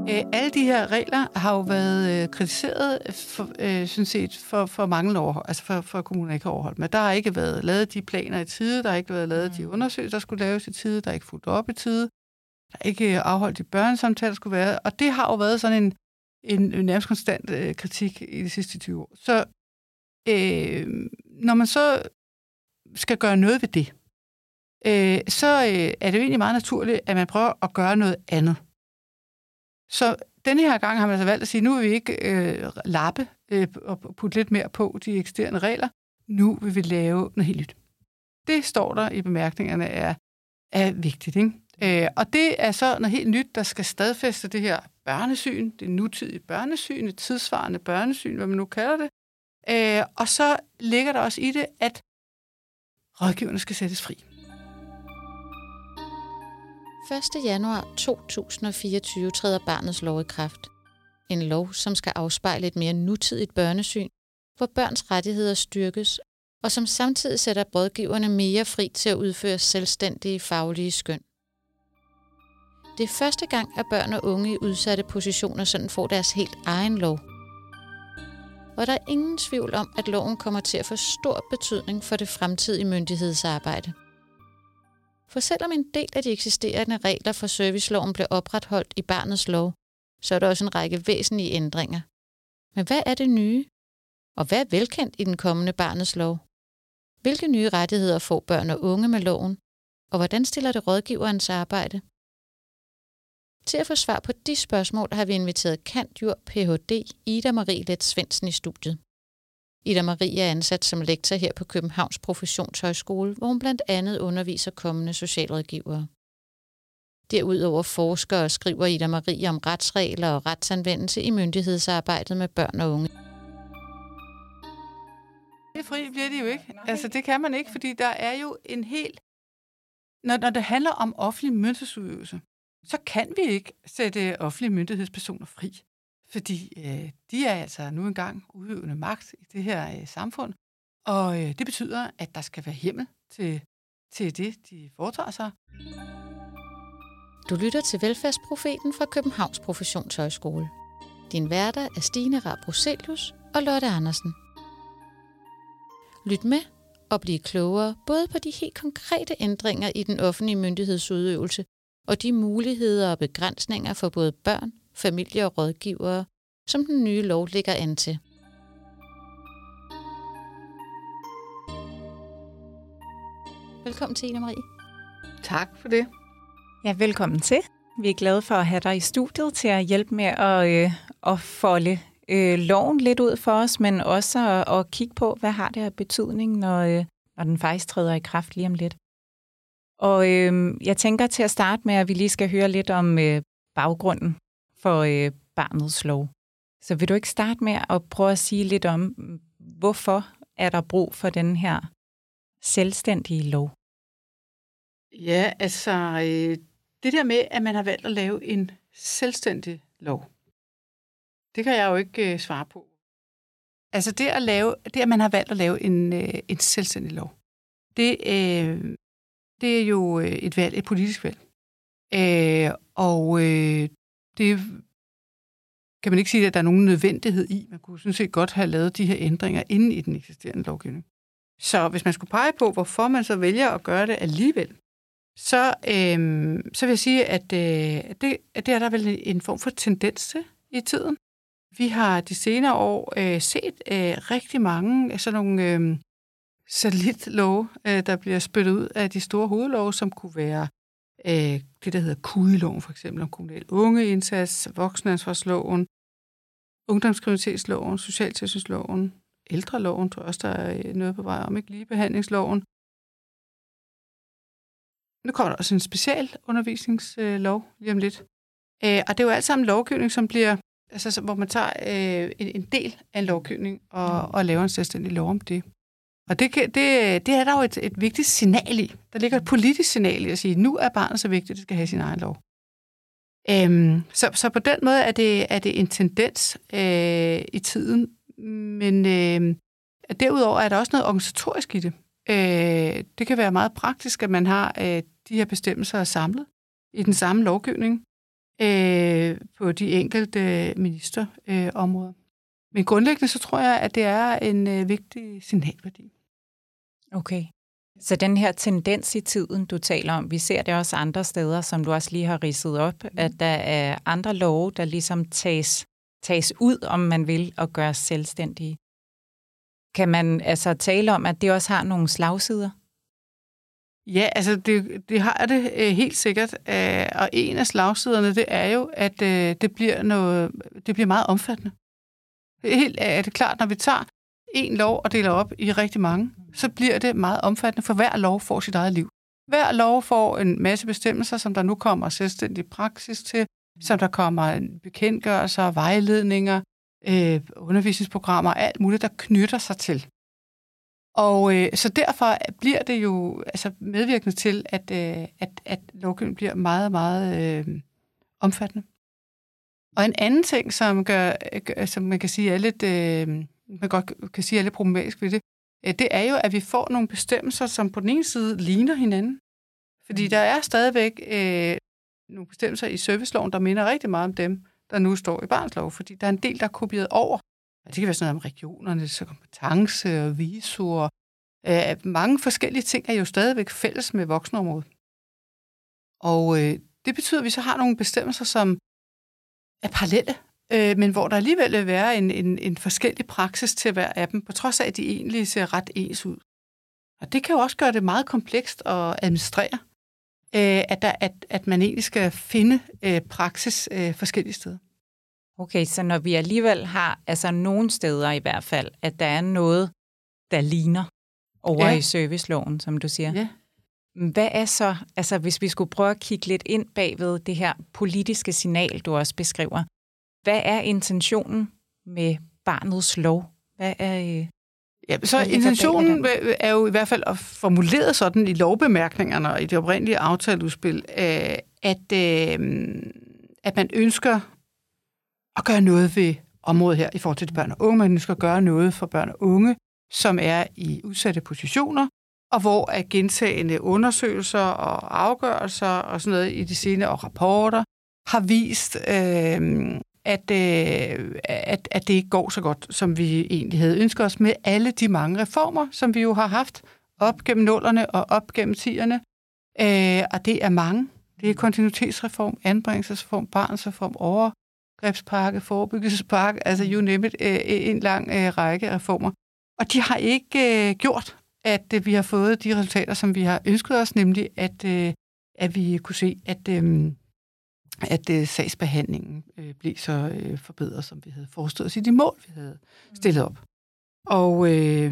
Alle de her regler har jo været kritiseret for manglende overhold, altså for kommuner ikke har overholdt. Men der har ikke været lavet de planer i tide, der har ikke været lavet de undersøgelser, der skulle laves i tide, der er ikke fulgt op i tide, der er ikke afholdt de børnesamtaler, der skulle være. Og det har jo været sådan en nærmest konstant kritik i de sidste 20 år. Så når man så skal gøre noget ved det, så er det jo egentlig meget naturligt, at man prøver at gøre noget andet. Så denne her gang har man så valgt at sige, nu vil vi ikke lappe og putte lidt mere på de eksisterende regler. Nu vil vi lave noget helt nyt. Det står der i bemærkningerne er vigtigt, ikke? Og det er så noget helt nyt, der skal stadfæste det her børnesyn, det nutidige børnesyn, et tidsvarende børnesyn, hvad man nu kalder det. Og så ligger der også i det, at rådgiverne skal sættes fri. 1. januar 2024 træder barnets lov i kraft. En lov, som skal afspejle et mere nutidigt børnesyn, hvor børns rettigheder styrkes, og som samtidig sætter rådgiverne mere fri til at udføre selvstændige faglige skøn. Det er første gang, at børn og unge i udsatte positioner sådan får deres helt egen lov. Og der er ingen tvivl om, at loven kommer til at få stor betydning for det fremtidige myndighedsarbejde. For selvom en del af de eksisterende regler for serviceloven blev opretholdt i barnets lov, så er der også en række væsentlige ændringer. Men hvad er det nye? Og hvad er velkendt i den kommende barnets lov? Hvilke nye rettigheder får børn og unge med loven? Og hvordan stiller det rådgiverens arbejde? Til at få svar på de spørgsmål har vi inviteret cand.jur. Ph.d. Ida Marie Leth Svendsen i studiet. Ida Marie er ansat som lektor her på Københavns Professionshøjskole, hvor hun blandt andet underviser kommende socialrådgivere. Derudover forsker og skriver Ida Marie om retsregler og retsanvendelse i myndighedsarbejdet med børn og unge. Det fri bliver det jo ikke. Altså det kan man ikke, fordi der er jo en helt... Når det handler om offentlig myndighedsudøvelse, så kan vi ikke sætte offentlige myndighedspersoner fri. Fordi de er altså nu engang udøvende magt i det her samfund. Og det betyder, at der skal være hjemmel til det, de foretager sig. Du lytter til Velfærdsprofeten fra Københavns Professionshøjskole. Din værter er Stine Raab Roselius og Lotte Andersen. Lyt med og bliv klogere både på de helt konkrete ændringer i den offentlige myndighedsudøvelse og de muligheder og begrænsninger for både børn, familier og rådgivere, som den nye lov lægger an til. Velkommen til, Ida Marie. Tak for det. Ja, velkommen til. Vi er glade for at have dig i studiet til at hjælpe med at folde loven lidt ud for os, men også at kigge på, hvad har det af betydning, når den faktisk træder i kraft lige om lidt. Og jeg tænker til at starte med, at vi lige skal høre lidt om baggrunden for barnets lov. Så vil du ikke starte med at prøve at sige lidt om, hvorfor er der brug for den her selvstændige lov? Ja, altså det der med, at man har valgt at lave en selvstændig lov, det kan jeg jo ikke svare på. Altså det at man har valgt at lave en selvstændig lov, det er jo et politisk valg. Det kan man ikke sige, at der er nogen nødvendighed i. Man kunne sådan set godt have lavet de her ændringer inden i den eksisterende lovgivning. Så hvis man skulle pege på, hvorfor man så vælger at gøre det alligevel, så vil jeg sige, at det er der vel en form for tendens til i tiden. Vi har de senere år set rigtig mange sådan nogle satellitlove, der bliver spyttet ud af de store hovedlove, som kunne være det, der hedder KUI-loven, for eksempel om kommunal ungeindsats, voksenansvarsloven, ungdomskriminalitetsloven, socialtilsynsloven, ældreloven, tror jeg også, der er noget på vej om, ikke? Ligebehandlingsloven. Nu kommer der også en specialundervisningslov lige om lidt. Og det er jo alt sammen lovgivning, som bliver, altså, hvor man tager en del af en lovgivning og laver en selvstændig lov om det. Og det er der jo et vigtigt signal i. Der ligger et politisk signal i at sige, nu er barnet så vigtigt, at det skal have sin egen lov. Så på den måde er det en tendens i tiden. Men derudover er der også noget organisatorisk i det. Det kan være meget praktisk, at man har de her bestemmelser samlet i den samme lovgivning. på de enkelte ministerområder. Men grundlæggende så tror jeg, at det er en vigtig signalværdi. Okay. Så den her tendens i tiden, du taler om, vi ser det også andre steder, som du også lige har ridset op, at der er andre love, der ligesom tages ud, om man vil, og gøres selvstændige. Kan man altså tale om, at det også har nogle slagsider? Ja, altså det har det helt sikkert. Og en af slagsiderne, det er jo, at det bliver meget omfattende. Er det klart, når vi tager en lov og deler op i rigtig mange, så bliver det meget omfattende, for hver lov får sit eget liv. Hver lov får en masse bestemmelser, som der nu kommer selvstændig praksis til, som der kommer bekendtgørelser, vejledninger, undervisningsprogrammer, alt muligt, der knytter sig til. Og så derfor bliver det jo altså medvirkende til, at lovgivningen bliver meget, meget omfattende. Og en anden ting, som man kan sige er lidt, man godt kan sige er lidt problematisk ved det, det er jo, at vi får nogle bestemmelser, som på den ene side ligner hinanden. Fordi der er stadigvæk nogle bestemmelser i serviceloven, der minder rigtig meget om dem, der nu står i Barnets Lov, fordi der er en del, der er kopieret over. Det kan være sådan noget om regionernes kompetence og visor. Mange forskellige ting er jo stadigvæk fælles med voksenområdet. Og det betyder, at vi så har nogle bestemmelser, som er parallelle, men hvor der alligevel vil være en forskellig praksis til hver af dem, på trods af, at de egentlig ser ret ens ud. Og det kan jo også gøre det meget komplekst at administrere, at man egentlig skal finde praksis forskellige steder. Okay, så når vi alligevel har, altså nogle steder i hvert fald, at der er noget, der ligner over i serviceloven, som du siger. Ja. Hvad er så, altså hvis vi skulle prøve at kigge lidt ind bagved det her politiske signal, du også beskriver, hvad er intentionen med Barnets Lov? Hvad er... så intentionen er jo i hvert fald formuleret sådan i lovbemærkningerne og i det oprindelige aftaleudspil, at man ønsker at gøre noget ved området her i forhold til børn og unge. Man ønsker at gøre noget for børn og unge, som er i udsatte positioner, og hvor er gentagende undersøgelser og afgørelser og sådan noget i de senere og rapporter har vist, at det ikke går så godt, som vi egentlig havde ønsket os med alle de mange reformer, som vi jo har haft op gennem 0'erne og op gennem 10'erne. Og det er mange. Det er kontinuitetsreform, anbringelsesreform, barnsreform, overgrebspakke, forebyggelsespakke, altså you name it, en lang række reformer. Og de har ikke gjort, at vi har fået de resultater, som vi har ønsket os, nemlig at vi kunne se, at sagsbehandlingen blev så forbedret, som vi havde forestillet os i de mål, vi havde stillet op. Og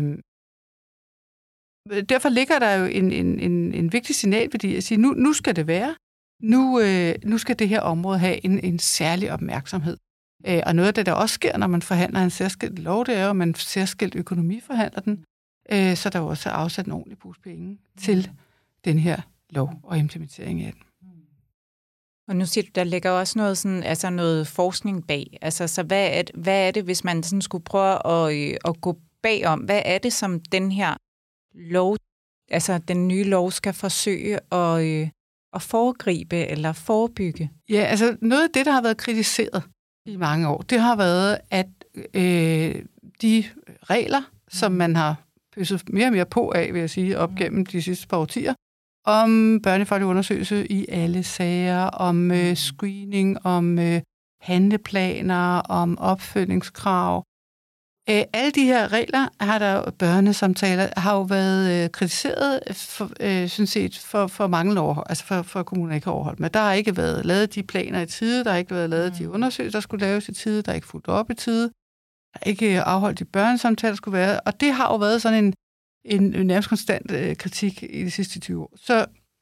derfor ligger der jo en vigtig signalværdi at sige, nu skal det være. Nu skal det her område have en særlig opmærksomhed. Og noget af det, der også sker, når man forhandler en særskilt lov, det er jo, at man særskilt økonomiforhandler den, så der er også afsat en ordentlig pose penge til den her lov og implementering af den. Og nu siger du, der ligger også noget, sådan, altså noget forskning bag. Altså, så hvad er det, hvis man sådan skulle prøve at gå bagom? Hvad er det, som den her lov, altså den nye lov, skal forsøge at foregribe eller forebygge? Ja, altså noget af det, der har været kritiseret i mange år, det har været, at de regler, som man har pøsset mere og mere på af, vil jeg sige, op gennem de sidste par årtier, om børnefaglig undersøgelse i alle sager, om screening, om handleplaner, om opfølgningskrav. Alle de her regler har der børnesamtaler har jo været kritiseret for manglende overhold, altså for kommuner ikke har overholdt. Men der har ikke været lavet de planer i tide, der har ikke været lavet de undersøgelser, der skulle laves i tide, der er ikke fulgt op i tide, der er ikke afholdt de børnesamtaler, der skulle være. Og det har jo været sådan en nærmest konstant kritik i de sidste 20 år. Så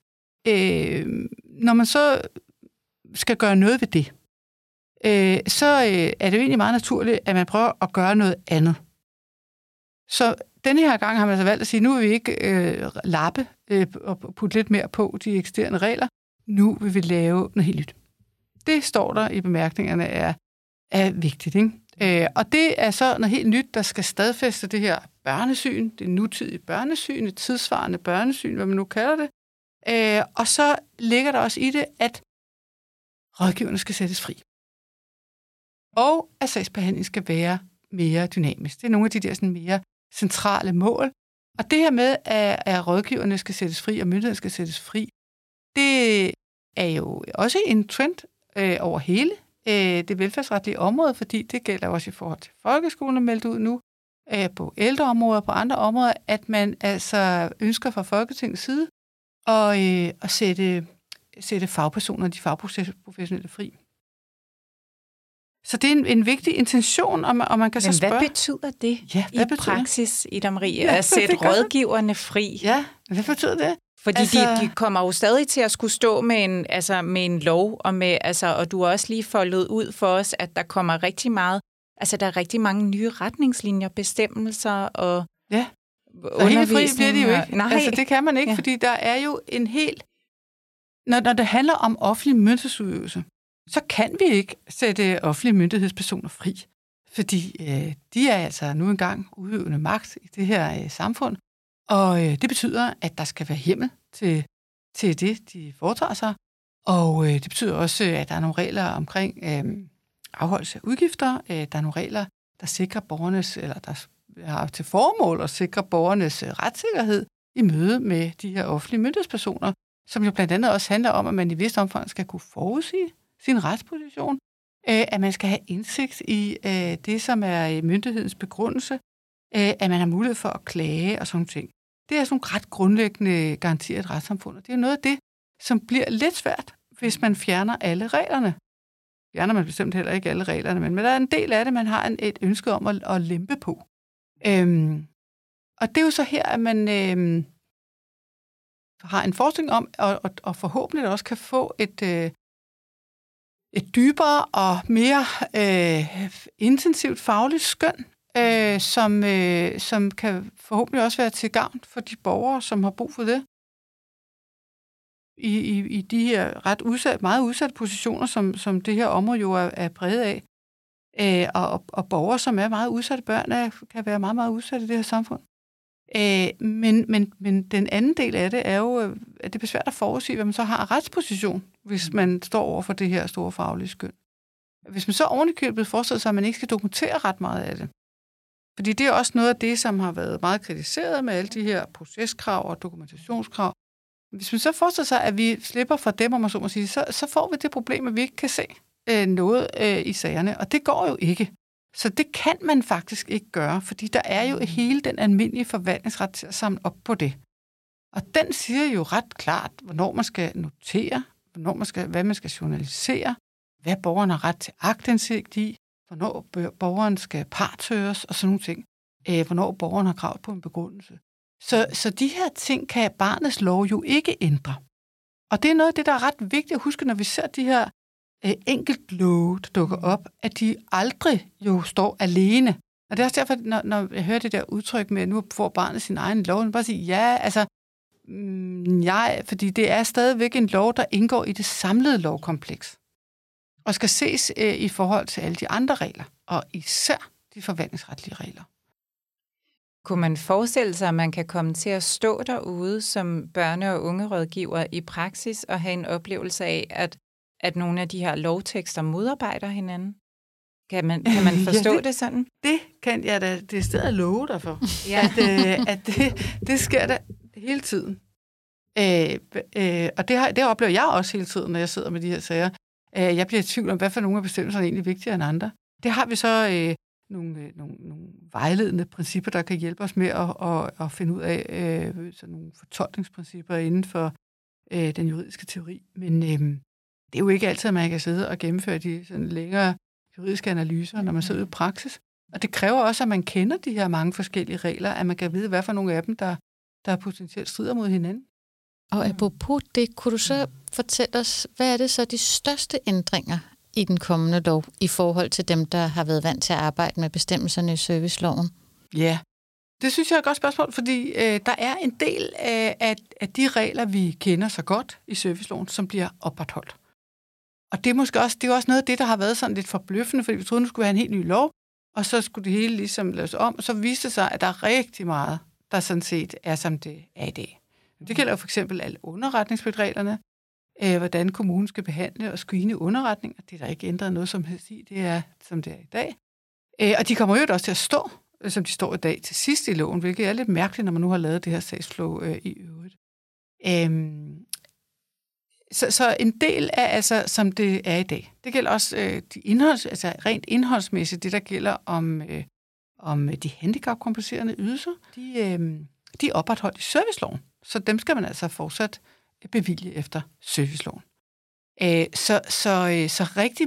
når man så skal gøre noget ved det, så er det jo egentlig meget naturligt, at man prøver at gøre noget andet. Så denne her gang har man så valgt at sige, nu vil vi ikke lappe og putte lidt mere på de eksisterende regler. Nu vil vi lave noget helt nyt. Det står der i bemærkningerne er vigtigt, ikke? Og det er så noget helt nyt, der skal stadfæste det her børnesyn, det nutidige børnesyn, et tidsvarende børnesyn, hvad man nu kalder det. Og så ligger der også i det, at rådgiverne skal sættes fri. Og at sagsbehandlingen skal være mere dynamisk. Det er nogle af de der sådan mere centrale mål. Og det her med, at rådgiverne skal sættes fri, og myndighederne skal sættes fri, det er jo også en trend over hele det velfærdsretlige område, fordi det gælder også i forhold til folkeskolen meldt ud nu, på ældreområder, på andre områder, at man altså ønsker fra Folketingets side at sætte fagpersoner, de fagprofessionelle fri. Så det er en vigtig intention, og man kan så spørge... Men hvad betyder det i praksis, Ida Marie, at sætte rådgiverne fri? Ja, hvad betyder det? Fordi de kommer jo stadig til at skulle stå med en lov, og du har også lige foldet ud for os, at der kommer rigtig meget, altså der er rigtig mange nye retningslinjer, bestemmelser og undervisning. Helt fri bliver de jo ikke. Nej. Altså det kan man ikke, fordi der er jo en helt... Når det handler om offentlig myndighedsudøvelse, så kan vi ikke sætte offentlige myndighedspersoner fri, fordi de er altså nu engang udøvende magt i det her samfund, og det betyder, at der skal være hjemmel til det, de foretager sig, og det betyder også, at der er nogle regler omkring afholdelse af udgifter, der er nogle regler, der sikrer borgernes, eller der har til formål at sikre borgernes retssikkerhed i møde med de her offentlige myndighedspersoner, som jo blandt andet også handler om, at man i vist omfang skal kunne forudsige sin retsposition, at man skal have indsigt i det, som er myndighedens begrundelse, at man har mulighed for at klage og sådan ting. Det er sådan nogle ret grundlæggende garantier i et retssamfund, og det er noget af det, som bliver lidt svært, hvis man fjerner alle reglerne. Fjerner man bestemt heller ikke alle reglerne, men der er en del af det, man har et ønske om at lempe på. Og det er jo så her, at man har en forskning om, og forhåbentlig også kan få et dybere og mere intensivt fagligt skøn, som kan forhåbentlig også være til gavn for de borgere, som har brug for det. I de her meget udsatte positioner, som det her område jo er præget af. Og borgere, som er meget udsatte børn, kan være meget, meget udsatte i det her samfund. Men den anden del af det er jo, at det er svært at forudsige, hvad man så har af retsposition, hvis man står over for det her store faglige skøn. Hvis man så ovenikøbet forestiller sig, at man ikke skal dokumentere ret meget af det. Fordi det er også noget af det, som har været meget kritiseret med alle de her proceskrav og dokumentationskrav. Hvis man så forestiller sig, at vi slipper fra dem, om man så må sige, så får vi det problem, at vi ikke kan se noget i sagerne. Og det går jo ikke. Så det kan man faktisk ikke gøre, fordi der er jo hele den almindelige forvaltningsret til at samle op på det. Og den siger jo ret klart, hvornår man skal notere, hvad man skal journalisere, hvad borgeren har ret til aktindsigt i, hvornår borgeren skal partshøres og sådan nogle ting. Hvornår borgeren har krav på en begrundelse. Så de her ting kan barnets lov jo ikke ændre. Og det er noget af det, der er ret vigtigt at huske, når vi ser de her enkeltlove, der dukker op, at de aldrig jo står alene. Og det er også derfor, når jeg hører det der udtryk med, at nu får barnet sin egen lov, så bare sige, ja, altså, fordi det er stadigvæk en lov, der indgår i det samlede lovkompleks. Og skal ses i forhold til alle de andre regler, og især de forvaltningsretlige regler. Kunne man forestille sig, at man kan komme til at stå derude som børne- og ungerådgiver i praksis og have en oplevelse af, at nogle af de her lovtekster modarbejder hinanden? Kan man forstå det sådan? Det kan jeg da det stedet love dig for. Ja. At det sker der hele tiden. Og det oplever jeg også hele tiden, når jeg sidder med de her sager. Jeg bliver i tvivl om, hvad for nogle af bestemmelserne er egentlig vigtigere end andre. Det har vi så nogle vejledende principper, der kan hjælpe os med at finde ud af sådan nogle fortolkningsprincipper inden for den juridiske teori. Men det er jo ikke altid, at man kan sidde og gennemføre de sådan længere juridiske analyser, når man sidder i praksis. Og det kræver også, at man kender de her mange forskellige regler, at man kan vide, hvad for nogle af dem, der potentielt strider mod hinanden. Og apropos det, kunne du så fortælle os, hvad er det så de største ændringer i den kommende lov i forhold til dem, der har været vant til at arbejde med bestemmelserne i serviceloven? Ja, det synes jeg er et godt spørgsmål, fordi der er en del af de regler, vi kender så godt i serviceloven, som bliver opretholdt. Og det er jo også noget af det, der har været sådan lidt forbløffende, fordi vi troede, nu skulle vi have en helt ny lov, og så skulle det hele ligesom laves om, og så viste det sig, at der er rigtig meget, der sådan set er, som det er i dag. Det gælder jo for eksempel alle underretningspligtreglerne. hvordan kommunen skal behandle og screene underretninger. Det er der ikke ændret noget som helst i. Det er, som det er i dag. Og de kommer jo også til at stå, som de står i dag, til sidst i loven, hvilket er lidt mærkeligt, når man nu har lavet det her sagsflow i øvrigt. Så en del af, altså, som det er i dag, det gælder også rent indholdsmæssigt, det der gælder om de handicapkompenserende ydelser, de er opretholdt i serviceloven, så dem skal man altså fortsat bevilge efter serviceloven. Så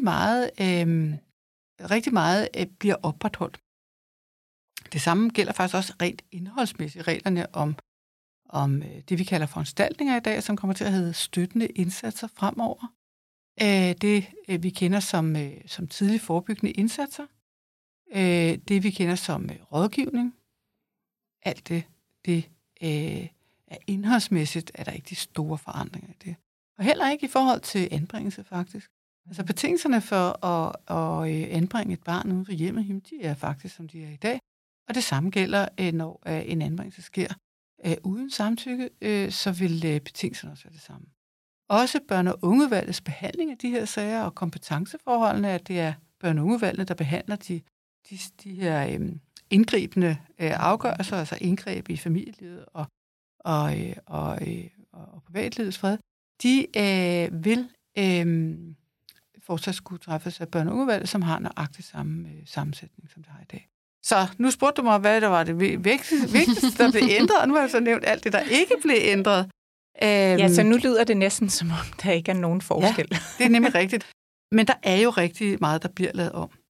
rigtig meget bliver opretholdt. Det samme gælder faktisk også rent indholdsmæssigt reglerne om det, vi kalder foranstaltninger i dag, som kommer til at hedde støttende indsatser fremover. Det, vi kender som tidlig forebyggende indsatser. Det, vi kender som rådgivning. Alt det er indholdsmæssigt, er der ikke de store forandringer i det. Og heller ikke i forhold til anbringelse, faktisk. Altså betingelserne for at anbringe et barn uden for hjemmet, de er faktisk, som de er i dag. Og det samme gælder, når en anbringelse sker uden samtykke, så vil betingelserne også være det samme. Også børne- og ungeudvalgets behandling af de her sager og kompetenceforholdene, at det er børne- og ungeudvalgene, der behandler de her indgribende afgørelser, altså indgreb i familielivet og privatlivets fred, de vil fortsat skulle træffes af børne- og ungeudvalget, som har nøjagtigt samme sammensætning, som det har i dag. Så nu spurgte du mig, hvad der var det vigtigste, der blev ændret, og nu har jeg så nævnt alt det, der ikke blev ændret. Ja, så nu lyder det næsten, som om der ikke er nogen forskel. Ja, det er nemlig rigtigt. Men der er jo rigtig meget, der bliver lavet om.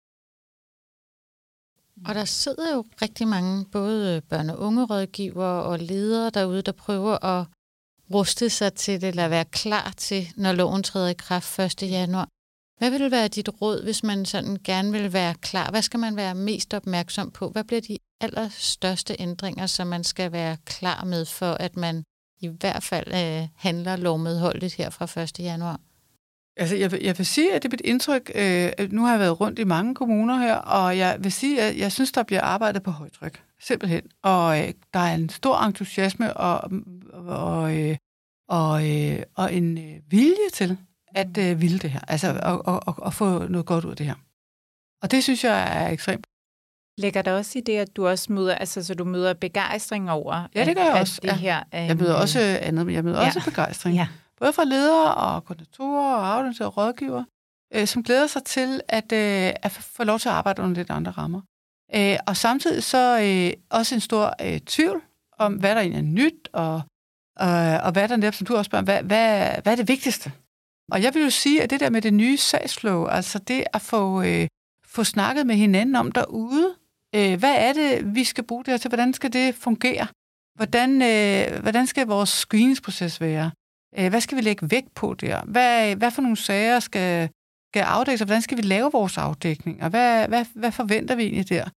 Og der sidder jo rigtig mange, både børne- og ungerådgivere og ledere derude, der prøver at ruste sig til det, eller være klar til, når loven træder i kraft 1. januar. Hvad vil være dit råd, hvis man sådan gerne vil være klar? Hvad skal man være mest opmærksom på? Hvad bliver de allerstørste ændringer, som man skal være klar med, for at man i hvert fald handler lovmedholdigt her fra 1. januar? Altså, jeg vil sige, at det er mit indtryk. Nu har jeg været rundt i mange kommuner her, og jeg vil sige, at jeg synes, der bliver arbejdet på højtryk. Simpelthen. Og der er en stor entusiasme og en vilje til at ville det her. Altså at få noget godt ud af det her. Og det synes jeg er ekstremt. Lægger der også i det, at du også møder, altså så du møder begejstring over? Ja, det gør jeg også. Det her, jeg møder også andet, men jeg møder også begejstring. Ja. Både fra ledere og koordinatorer og afdelingsledere og rådgivere, som glæder sig til at få lov til at arbejde under lidt andre rammer. Og samtidig så også en stor tvivl om, hvad der egentlig er nyt, og hvad der netop, som du også spørger, hvad er det vigtigste? Og jeg vil jo sige, at det der med det nye sagsflow, altså det at få snakket med hinanden om derude, hvad er det, vi skal bruge det her til? Hvordan skal det fungere? Hvordan skal vores screeningsproces være? Hvad skal vi lægge vægt på der? Hvad for nogle sager skal afdækkes, og hvordan skal vi lave vores afdækning? Og hvad forventer vi egentlig der?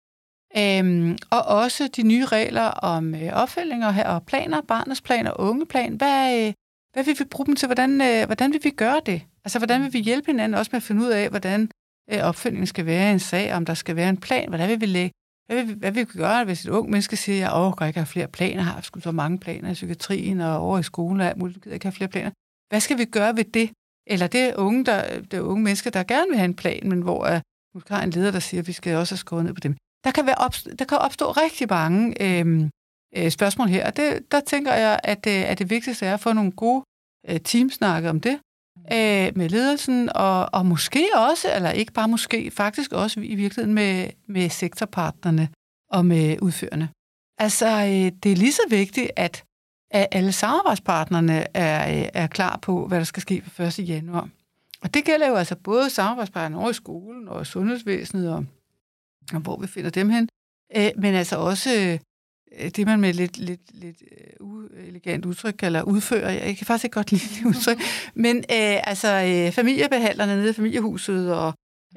Og også de nye regler om opfølgninger og planer, barnets plan og ungeplan. Hvad vil vi bruge dem til? Hvordan vil vi gøre det? Altså, hvordan vil vi hjælpe hinanden også med at finde ud af, hvordan opfølgningen skal være i en sag, om der skal være en plan? Hvordan vil vi lægge? Hvad vil vi gøre, hvis et ung menneske siger, jeg overgår ikke have flere planer, har sgu så mange planer i psykiatrien og over i skolen og alt muligt, jeg gider ikke have flere planer. Hvad skal vi gøre ved det? Eller det unge mennesker, der gerne vil have en plan, men hvor måske har en leder, der siger, at vi skal også have skåret ned på dem. Der kan opstå rigtig mange spørgsmål her, og der tænker jeg, at det vigtigste er at få nogle gode teamsnakke om det med ledelsen, og måske også, eller ikke bare måske, faktisk også i virkeligheden med sektorpartnerne og med udførende. Altså, det er lige så vigtigt, at alle samarbejdspartnerne er klar på, hvad der skal ske på 1. januar. Og det gælder jo altså både samarbejdspartnerne over i skolen og i sundhedsvæsenet, og hvor vi finder dem hen, men altså også det, man med lidt uelegant udtryk kalder udfører. Jeg kan faktisk ikke godt lide det udtryk. Men familiebehandlerne nede i familiehuset og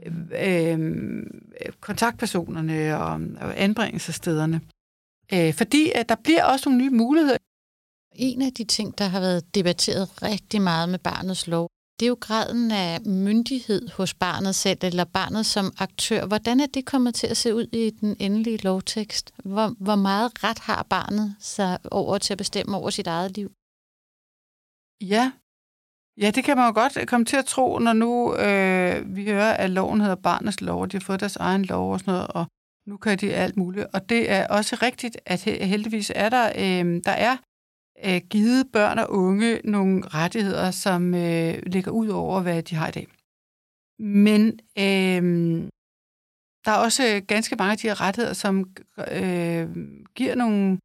kontaktpersonerne og anbringelsesstederne. Fordi der bliver også nogle nye muligheder. En af de ting, der har været debatteret rigtig meget med barnets lov, det er jo graden af myndighed hos barnet selv, eller barnet som aktør. Hvordan er det kommet til at se ud i den endelige lovtekst? Hvor meget ret har barnet sig over til at bestemme over sit eget liv? Ja, Ja, det kan man jo godt komme til at tro, når nu vi hører, at loven hedder Barnets Lov, og de har fået deres egen lov og sådan noget, og nu kan de alt muligt. Og det er også rigtigt, at heldigvis er der er givet børn og unge nogle rettigheder, som ligger ud over, hvad de har i dag. Men der er også ganske mange af de her rettigheder, som giver nogle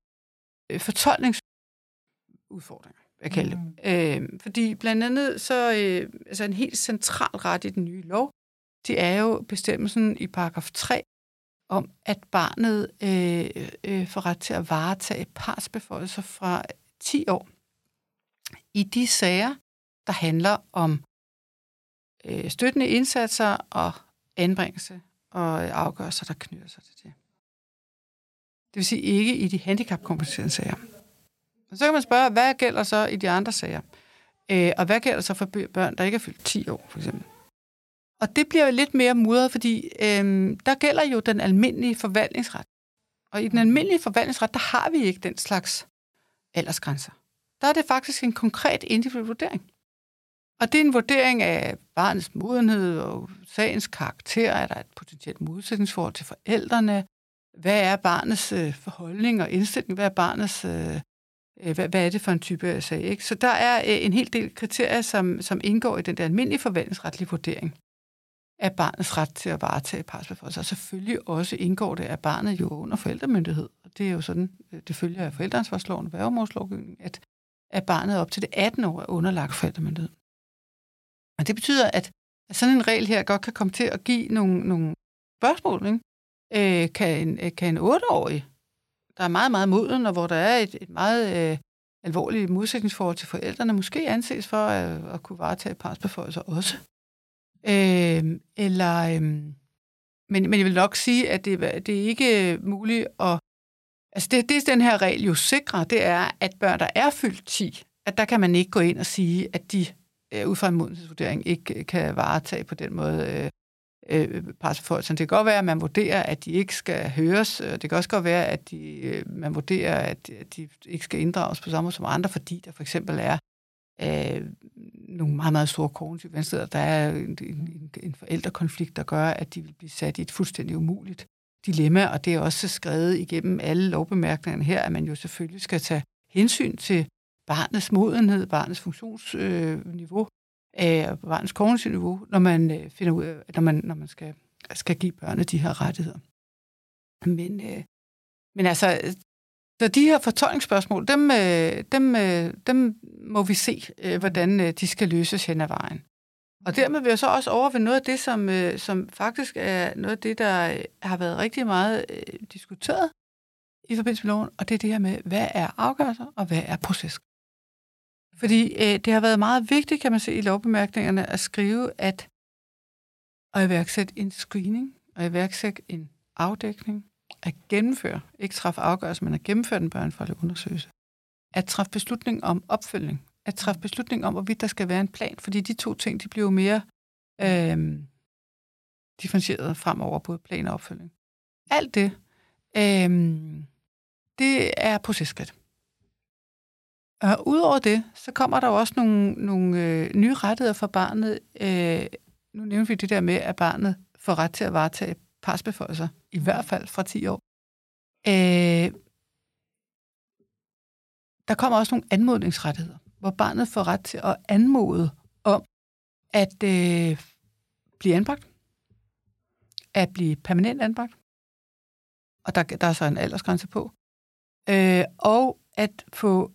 fortolkningsudfordringer, jeg kalder det. Fordi blandt andet så altså en helt central ret i den nye lov, det er jo bestemmelsen i paragraf 3 om, at barnet får ret til at varetage partsbeføjelser fra 10 år i de sager, der handler om støttende indsatser og anbringelse og afgørelser, der knytter sig til det. Det vil sige ikke i de handicapkompenserende sager. Og så kan man spørge, hvad gælder så i de andre sager? Og hvad gælder så for børn, der ikke er fyldt 10 år, for eksempel? Og det bliver jo lidt mere mudret, fordi der gælder jo den almindelige forvaltningsret. Og i den almindelige forvaltningsret, der har vi ikke den slags aldersgrænser. Der er det faktisk en konkret individuel vurdering. Og det er en vurdering af barnets modenhed og sagens karakter. Er der et potentielt modsætningsforhold til forældrene? Hvad er barnets forholdning og indstilling? Hvad er barnets... Hvad er det for en type af sag? Ikke? Så der er en hel del kriterier, som indgår i den der almindelige forvaltningsretlige vurdering af barnets ret til at varetage partsbeføjelser. Og selvfølgelig også indgår det, at barnet jo under forældremyndighed. Og det er jo sådan, det følger af forældreansvarsloven og værgemålslovgivningen, at barnet op til det 18 år er underlagt forældremyndighed. Og det betyder, at sådan en regel her godt kan komme til at give nogle spørgsmål. Ikke? Kan en 8-årig, der er meget, meget moden, og hvor der er et meget alvorligt modsætningsforhold til forældrene, måske anses for at kunne varetage partsbeføjelser også. Men jeg vil nok sige, at det er ikke muligt at... Altså det den her regel jo sikrer, det er, at børn, der er fyldt 10, at der kan man ikke gå ind og sige, at de ud fra en modenhedsvurdering ikke kan varetage på den måde partsbeføjelser. Det kan godt være, at man vurderer, at de ikke skal høres. Det kan også godt være, at man vurderer, at de ikke skal inddrages på samme måde som andre, fordi der for eksempel er nogle meget, meget store kognitive vanskeligheder. Der er en forældrekonflikt, der gør, at de vil blive sat i et fuldstændig umuligt dilemma, og det er også skrevet igennem alle lovbemærkningerne her, at man jo selvfølgelig skal tage hensyn til barnets modenhed, barnets funktionsniveau, barnets kognitive niveau, når man finder ud af, når man skal give børnene de her rettigheder. Men altså, så de her fortolkningsspørgsmål, dem må vi se, hvordan de skal løses hen ad vejen. Og dermed vil jeg så også overvinde noget af det, som faktisk er noget af det, der har været rigtig meget diskuteret i forbindelse med loven, og det er det her med, hvad er afgørelser, og hvad er proces. Fordi det har været meget vigtigt, kan man se i lovbemærkningerne, at skrive, at iværksætte en screening, og iværksætte en afdækning, at gennemføre, ikke træffe afgørelse, men at gennemføre den børnefaglige undersøgelse, at træffe beslutning om opfølgning, at træffe beslutning om, hvorvidt der skal være en plan, fordi de to ting, de bliver jo mere differentieret fremover, både plan og opfølgning. Alt det, det er processkridt. Og udover det, så kommer der jo også nogle nye rettigheder for barnet. Nu nævner vi det der med, at barnet får ret til at varetage partsbeføjelser, i hvert fald fra 10 år. Der kommer også nogle anmodningsrettigheder, hvor barnet får ret til at anmode om at blive anbragt, at blive permanent anbragt, og der er så en aldersgrænse på, og at få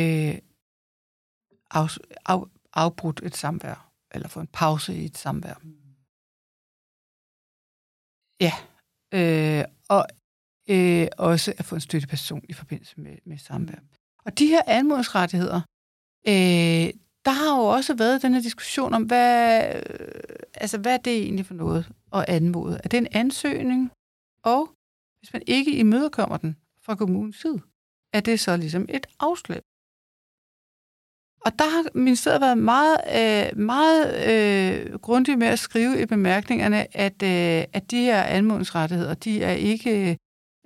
afbrudt et samvær, eller få en pause i et samvær. Ja, og også at få en støtteperson i forbindelse med samvær. Og de her anmodningsrettigheder, der har jo også været den her diskussion om, hvad er det egentlig for noget at anmode? Er det en ansøgning? Og hvis man ikke imødekommer den fra kommunens side, er det så ligesom et afslag. Og der har ministeriet været meget grundig med at skrive i bemærkningerne, at de her anmodningsrettigheder, de er ikke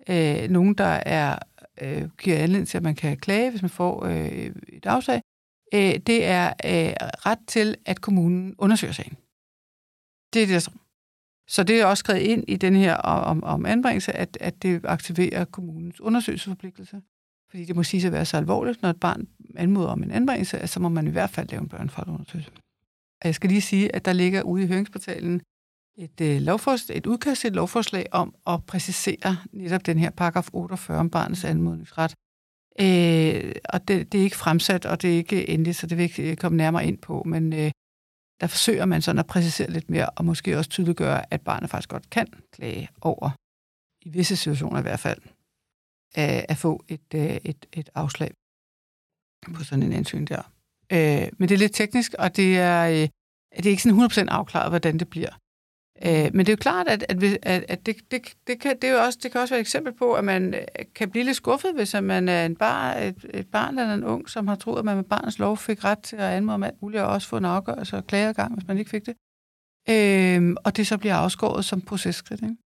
nogen, der giver anledning til, at man kan klage, hvis man får et afslag, det er ret til, at kommunen undersøger sagen. Det er det, der står. Så det er også skrevet ind i den her om anbringelse, at det aktiverer kommunens undersøgelsesforpligtelse. Fordi det må sige at være så alvorligt, når et barn anmoder om en anbringelse, at så må man i hvert fald lave en børnefaglig undersøgelse. Og jeg skal lige sige, at der ligger ude i høringsportalen et udkast til et lovforslag om at præcisere netop den her paragraf 48 om barnets anmodningsret. Og det er ikke fremsat, og det er ikke endeligt, så det vil ikke komme nærmere ind på, men der forsøger man sådan at præcisere lidt mere, og måske også tydeliggøre, at barnet faktisk godt kan klage over, i visse situationer i hvert fald, at få et afslag på sådan en ansøgning der. Men det er lidt teknisk, og det er ikke sådan 100% afklaret, hvordan det bliver. Men det er jo klart, at det kan også være et eksempel på, at man kan blive lidt skuffet, hvis man er et barn eller en ung, som har troet, at man med barnets lov fik ret til at anmode om alt muligt, og også få en afgørelse og klageadgang, hvis man ikke fik det. Og det så bliver afskåret som processkridt.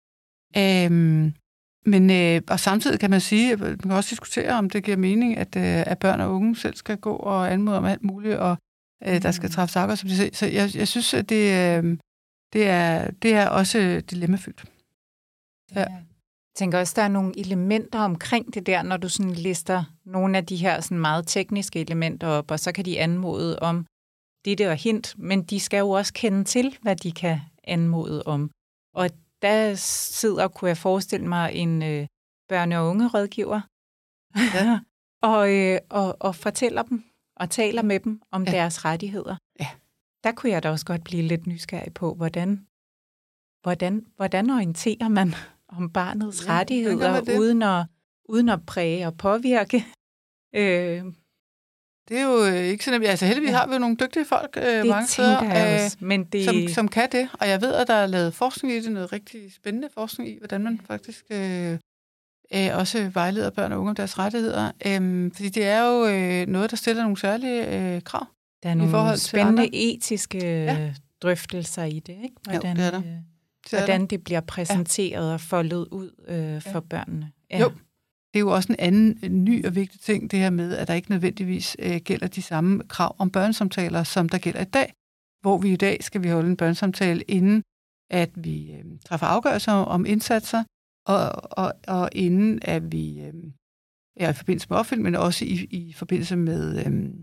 Og samtidig kan man sige, man kan også diskutere, om det giver mening, at børn og unge selv skal gå og anmode om alt muligt, og der skal træffes afgørelser. Så jeg synes, at det er også dilemmafyldt. Ja. Jeg tænker også, der er nogle elementer omkring det der, når du sådan lister nogle af de her sådan meget tekniske elementer op, og så kan de anmode om det og hint, men de skal jo også kende til, hvad de kan anmode om. Og der kunne jeg forestille mig, en børne- og ungerådgiver, ja. og fortæller dem, og taler med dem om deres rettigheder. Ja. Der kunne jeg da også godt blive lidt nysgerrig på, hvordan orienterer man om barnets rettigheder, uden at præge og påvirke. Det er jo ikke sådan, altså heldigvis har vi jo nogle dygtige folk mange steder, som kan det. Og jeg ved, at der er lavet forskning i det, noget rigtig spændende forskning i, hvordan man faktisk også vejleder børn og unge om deres rettigheder. Fordi det er jo noget, der stiller nogle særlige krav. Der er nogle spændende etiske drøftelser i det, ikke? Hvordan, jo, det er der. Hvordan det bliver præsenteret og foldet ud for børnene. Ja. Jo. Det er jo også en anden ny og vigtig ting, det her med, at der ikke nødvendigvis gælder de samme krav om børnesamtaler, som der gælder i dag. Hvor vi i dag skal vi holde en børnesamtale, inden at vi træffer afgørelser om indsatser, og inden at vi er i forbindelse med opfølgning, men også i forbindelse med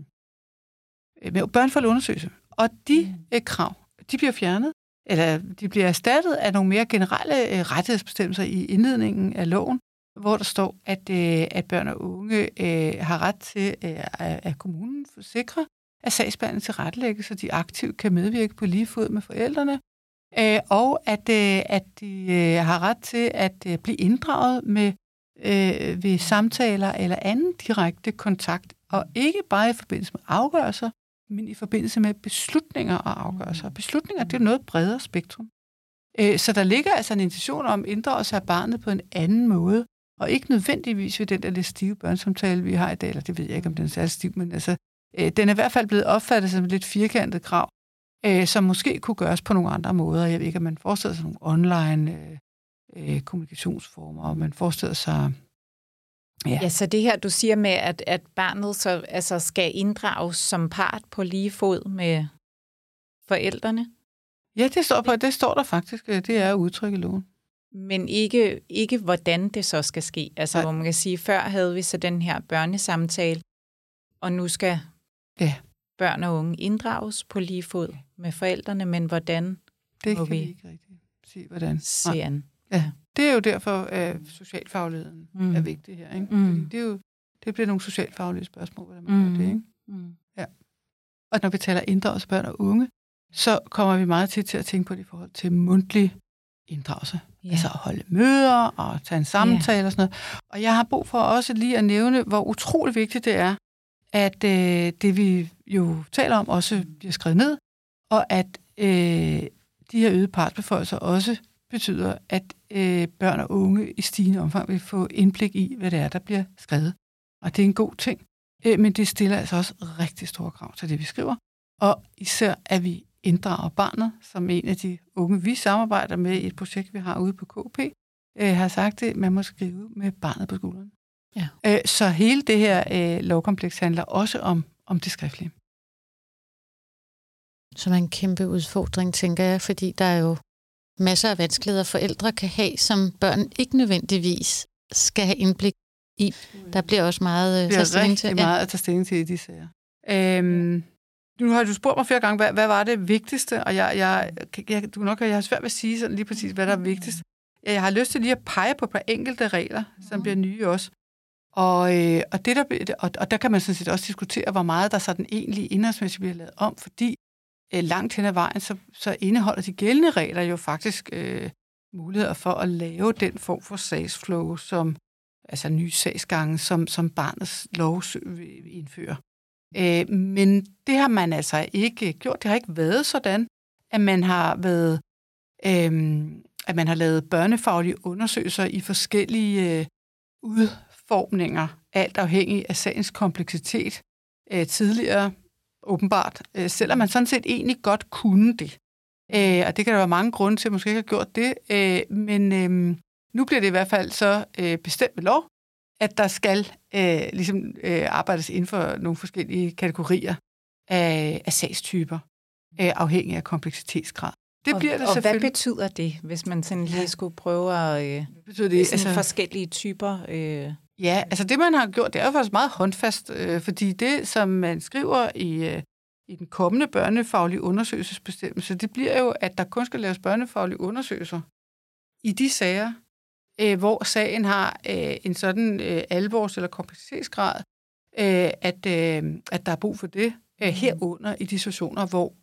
børnefaglig undersøgelse. Og de krav, de bliver fjernet, eller de bliver erstattet af nogle mere generelle rettighedsbestemmelser i indledningen af loven, hvor der står, at børn og unge har ret til, at kommunen forsikrer, at sagsbehandlingen tilrettelægges, så de aktivt kan medvirke på lige fod med forældrene, og at de har ret til at blive inddraget ved samtaler eller anden direkte kontakt, og ikke bare i forbindelse med afgørelser, men i forbindelse med beslutninger og afgørelser. Beslutninger, det er noget bredere spektrum. Så der ligger altså en intention om inddragelse af barnet på en anden måde, og ikke nødvendigvis ved den der lidt stive børnesamtale, vi har i dag, eller det ved jeg ikke, om den er særlig stiv, men altså, den er i hvert fald blevet opfattet som et lidt firkantet krav, som måske kunne gøres på nogle andre måder. Jeg ved ikke, om man forestiller sig nogle online kommunikationsformer, og man forestiller sig... Ja, så det her, du siger med, at barnet så altså skal inddrages som part på lige fod med forældrene? Ja, det står der faktisk. Det er udtryk i loven. Men ikke hvordan det så skal ske. Altså, hvor man kan sige, før havde vi så den her børnesamtale, og nu skal børn og unge inddrages på lige fod med forældrene, men hvordan det kan vi ikke rigtig sige, hvordan. Se an. Ja. Det er jo derfor, at socialfagligheden er vigtig her. Ikke? Fordi det bliver nogle socialfaglige spørgsmål, hvordan man gør det. Ikke? Ja. Og når vi taler inddragelse af børn og unge, så kommer vi meget tit til at tænke på det i forhold til mundtlig inddragelse. Yeah. Altså at holde møder og tage en samtale og sådan noget. Og jeg har brug for også lige at nævne, hvor utrolig vigtigt det er, at det vi jo taler om også bliver skrevet ned, og at de her øgede partsbeføjelser også betyder, at børn og unge i stigende omfang vil få indblik i, hvad det er, der bliver skrevet. Og det er en god ting. Men det stiller altså også rigtig store krav til det, vi skriver. Og især, at vi inddrager barnet, som en af de unge, vi samarbejder med i et projekt, vi har ude på KP, har sagt det, man må skrive med barnet på skulderen. Ja. Så hele det her lovkompleks handler også om det skriftlige. Som er en kæmpe udfordring, tænker jeg, fordi der er jo masser af vanskeligheder, forældre kan have, som børn ikke nødvendigvis skal have indblik i. Der bliver også meget at tage stilling til. Det er meget at tage stilling til i de sager. Nu har du spurgt mig flere gange, hvad var det vigtigste, og jeg har svært ved at sige sådan lige præcis, hvad der er vigtigst. Jeg har lyst til lige at pege på et par enkelte regler, som bliver nye også. Og der kan man sådan set også diskutere, hvor meget der sådan egentlig indholdsmæssigt bliver lavet om, fordi langt hen ad vejen, så indeholder de gældende regler jo faktisk muligheder for at lave den form for sagsflow, altså nye sagsgange, som barnets lov indfører. Men det har man altså ikke gjort. Det har ikke været sådan, at man har lavet børnefaglige undersøgelser i forskellige udformninger, alt afhængig af sagens kompleksitet tidligere, åbenbart, selvom man sådan set egentlig godt kunne det. Og det kan der være mange grunde til, at man måske ikke har gjort det, men nu bliver det i hvert fald så bestemt med lov, at der skal arbejdes inden for nogle forskellige kategorier af sagstyper, afhængig af kompleksitetsgrad. Det bliver det selvfølgelig. Og hvad betyder det, hvis man sådan lige skulle prøve at forskellige typer? Ja, altså det, man har gjort, det er jo faktisk meget håndfast, fordi det, som man skriver i den kommende børnefaglige undersøgelsesbestemmelse, det bliver jo, at der kun skal laves børnefaglige undersøgelser i de sager, hvor sagen har en sådan alvors- eller kompleksitetsgrad, at der er brug for det herunder i de situationer, hvor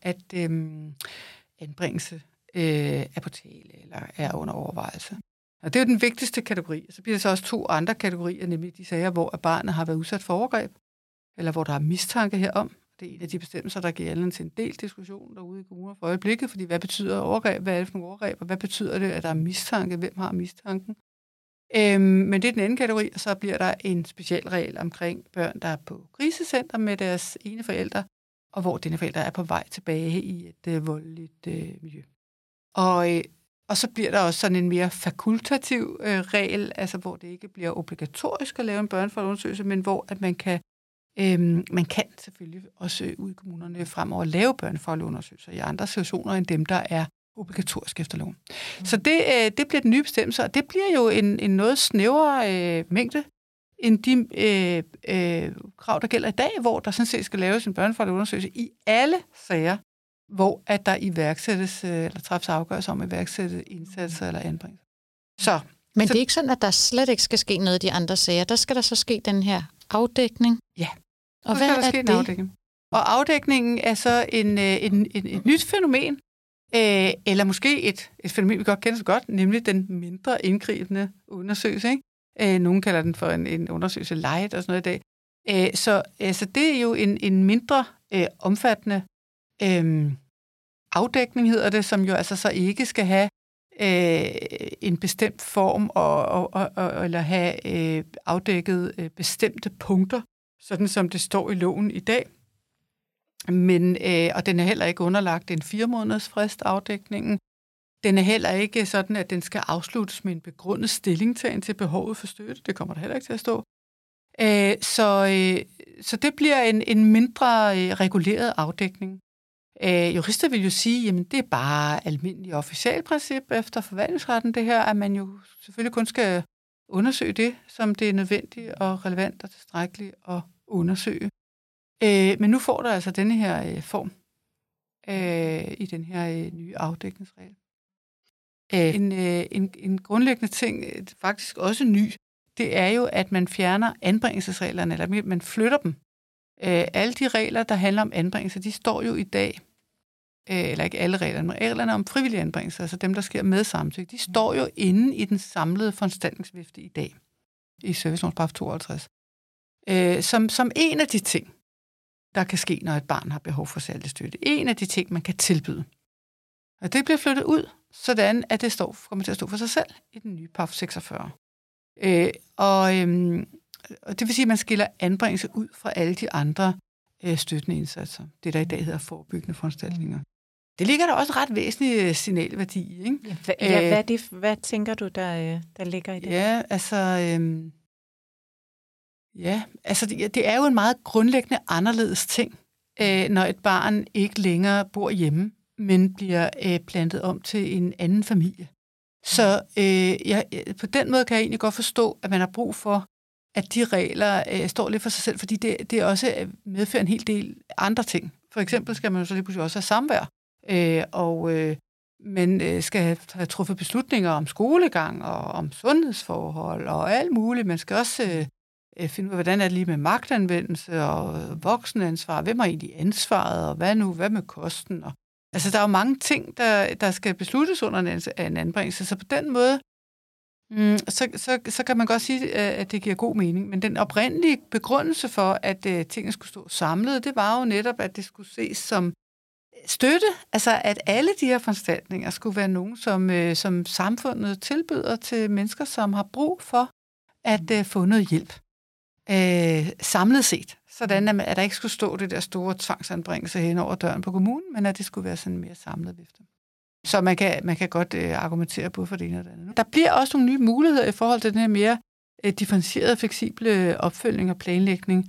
anbringelse er på tale eller er under overvejelse. Og det er jo den vigtigste kategori. Så bliver der så også 2 andre kategorier, nemlig de sager, hvor barnet har været udsat for overgreb, eller hvor der er mistanke herom. Det er en af de bestemmelser, der giver anledning til en del diskussion derude i kommuner for øjeblikket, fordi hvad betyder overgreb? Hvad er det for nogle overgreb? Og hvad betyder det, at der er mistanke? Hvem har mistanken? Men det er den anden kategori, og så bliver der en speciel regel omkring børn, der er på krisecenter med deres ene forældre, og hvor denne forælder er på vej tilbage i et voldeligt miljø. Og så bliver der også sådan en mere fakultativ regel, altså hvor det ikke bliver obligatorisk at lave en børnefaglig undersøgelse, men hvor at man kan selvfølgelig også ude i kommunerne fremover lave børnefaglige undersøgelser i andre situationer end dem, der er obligatorisk efter loven. Så det bliver den nye bestemmelse, og det bliver jo en noget snævrere mængde end de krav, der gælder i dag, hvor der sådan set skal laves en børnefaglig undersøgelse i alle sager, hvor at der iværksættes eller træffes afgørelse om at iværksætte indsatser eller anbringelser. Men det er ikke sådan, at der slet ikke skal ske noget i de andre sager. Der skal der så ske den her afdækning. Ja. Og hvad er det? Afdækning. Og afdækningen er så et nyt fænomen, eller måske et fænomen, vi godt kender så godt, nemlig den mindre indgribende undersøgelse. Ikke? Nogle kalder den for en undersøgelse light og sådan noget i dag. Så det er jo en mindre omfattende afdækning, hedder det, som jo altså så ikke skal have en bestemt form eller have afdækket bestemte punkter, sådan som det står i loven i dag. Men, og den er heller ikke underlagt en 4-måneders frist afdækningen. Den er heller ikke sådan, at den skal afsluttes med en begrundet stillingtagen til behovet for støtte. Det kommer der heller ikke til at stå. Så det bliver en mindre reguleret afdækning. Jurister vil jo sige, jamen det er bare almindelig officialprincip efter forvaltningsretten, det her, at man jo selvfølgelig kun skal undersøge det, som det er nødvendigt og relevant og tilstrækkeligt at undersøge. Men nu får der altså denne her form i den her nye afdækningsregel. En grundlæggende ting, faktisk også ny, det er jo, at man fjerner anbringelsesreglerne, eller man flytter dem. Alle de regler, der handler om anbringelse, de står jo i dag, eller ikke alle reglerne, men reglerne om frivillige anbringelser, altså dem, der sker med samtykke, de står jo inde i den samlede foranstaltningsvifte i dag, i servicelovens paragraf 52, som en af de ting, der kan ske, når et barn har behov for særlig støtte. En af de ting, man kan tilbyde. Og det bliver flyttet ud, sådan at det kommer til at stå for sig selv i den nye paragraf 46. Og det vil sige, at man skiller anbringelse ud fra alle de andre støttende indsatser. Det, der i dag hedder forebyggende foranstaltninger. Det ligger der også ret væsentlig signalværdi i, ikke? Hvad tænker du, der ligger i det? Ja, altså det er jo en meget grundlæggende anderledes ting, når et barn ikke længere bor hjemme, men bliver plantet om til en anden familie. Så på den måde kan jeg egentlig godt forstå, at man har brug for, at de regler står lidt for sig selv, fordi det også medfører en hel del andre ting. For eksempel skal man jo så lige pludselig også have samvær, man skal have truffet beslutninger om skolegang og om sundhedsforhold og alt muligt. Man skal også finde ud af, hvordan er det lige med magtanvendelse og voksenansvar. Hvem har egentlig ansvaret, og hvad med kosten? Altså, der er jo mange ting, der skal besluttes under en anbringelse, så på den måde, så kan man godt sige, at det giver god mening. Men den oprindelige begrundelse for, at tingene skulle stå samlet, det var jo netop, at det skulle ses som støtte, altså at alle de her foranstaltninger skulle være nogen, som samfundet tilbyder til mennesker, som har brug for at få noget hjælp. Samlet set, sådan at der ikke skulle stå det der store tvangsanbringelse hen over døren på kommunen, men at det skulle være sådan mere samlet vifte. Så man kan godt argumentere både for det ene og det andet. Der bliver også nogle nye muligheder i forhold til den her mere differentierede, fleksible opfølgning og planlægning,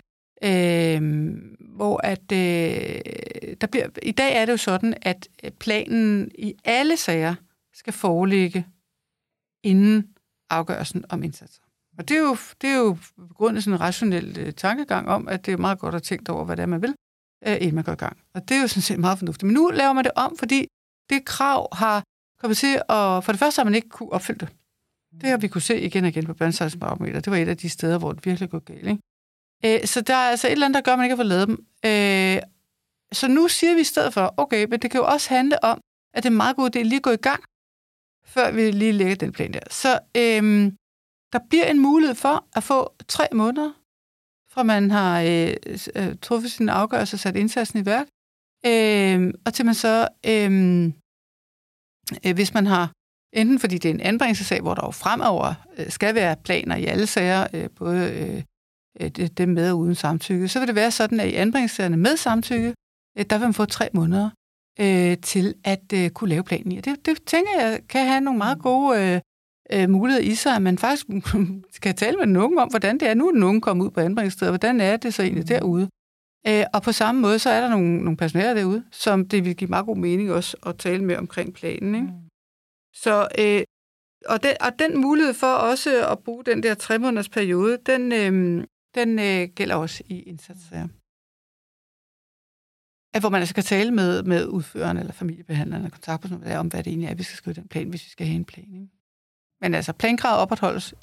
hvor at der bliver, i dag er det jo sådan, at planen i alle sager skal foreligge inden afgørelsen om indsatser. Og det er jo begrundet sådan en rationel tankegang om, at det er meget godt at tænke over, hvad det er, man vil, inden man går i gang. Og det er jo sådan set meget fornuftigt. Men nu laver man det om, fordi det krav har kommet til, og for det første har man ikke kunne opfylde det. Det har vi kunne se igen og igen på børnesejlsbarometer. Det var et af de steder, hvor det virkelig går galt, ikke? Så der er altså et eller andet, der gør, at man ikke har fået lavet dem. Så nu siger vi i stedet for, okay, men det kan jo også handle om, at det er en meget god idé lige at gå i gang, før vi lige lægger den plan der. Så der bliver en mulighed for at få 3 måneder, fra man har truffet sin afgørelse og sat indsatsen i værk, og til man så, hvis man har, enten fordi det er en anbringelsessag, hvor der jo fremover skal være planer i alle sager, både dem med og uden samtykke, så vil det være sådan, at i anbringelsessagerne med samtykke, der vil man få 3 måneder til at kunne lave planen i. Og det tænker jeg kan have nogle meget gode muligheder i sig, at man faktisk skal tale med nogen om, hvordan det er. Nu er nogen kommet ud på anbringelsessteder, hvordan er det så egentlig derude? Og på samme måde, så er der nogle personaler derude, som det vil give meget god mening også at tale med omkring planen. Ikke? Så, og den mulighed for også at bruge den der 3 måneders periode, den gælder også i indsatser. Hvor man altså kan tale med udføreren eller familiebehandleren eller kontaktpersonen om, hvad det egentlig er, vi skal skrive den plan, hvis vi skal have en plan. Ikke? Men altså, plankravet opretholdes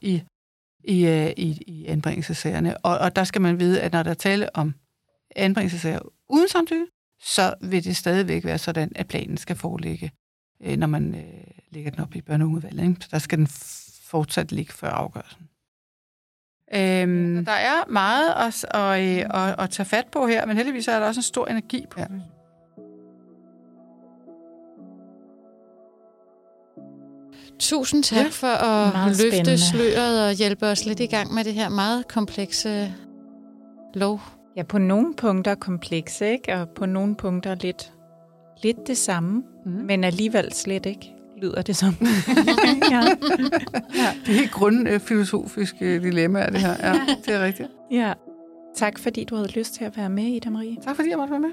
i anbringelsessagerne, og der skal man vide, at når der er tale om anbringelsessager uden samtykke, så vil det stadigvæk være sådan, at planen skal foreligge, når man lægger den op i børneungeudvalget. Ikke? Så der skal den fortsat ligge før afgørelsen. Der er meget at tage fat på her, men heldigvis er der også en stor energi på det. Tusind tak for at løfte sløret og hjælpe os lidt i gang med det her meget komplekse lov. Ja, på nogle punkter komplekse, ikke? Og på nogle punkter lidt det samme, men alligevel slet ikke, lyder det som. Ja. Det er helt grundfilosofiske dilemmaer, det her. Ja, det er rigtigt. Ja. Tak fordi du havde lyst til at være med, Ida Marie. Tak fordi jeg måtte være med.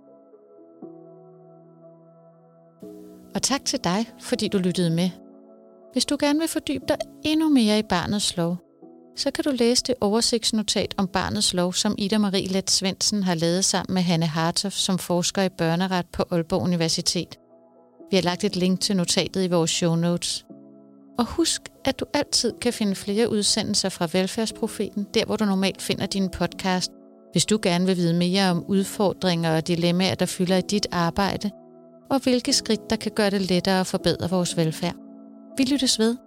Og tak til dig, fordi du lyttede med. Hvis du gerne vil fordybe dig endnu mere i Barnets Lov, så kan du læse det oversigtsnotat om Barnets Lov, som Ida Marie Leth Svendsen har lavet sammen med Hanne Hartoft som forsker i børneret på Aalborg Universitet. Vi har lagt et link til notatet i vores show notes. Og husk, at du altid kan finde flere udsendelser fra Velfærdsprofeten, der hvor du normalt finder din podcast, hvis du gerne vil vide mere om udfordringer og dilemmaer, der fylder i dit arbejde, og hvilke skridt, der kan gøre det lettere at forbedre vores velfærd. Vi lyttes ved.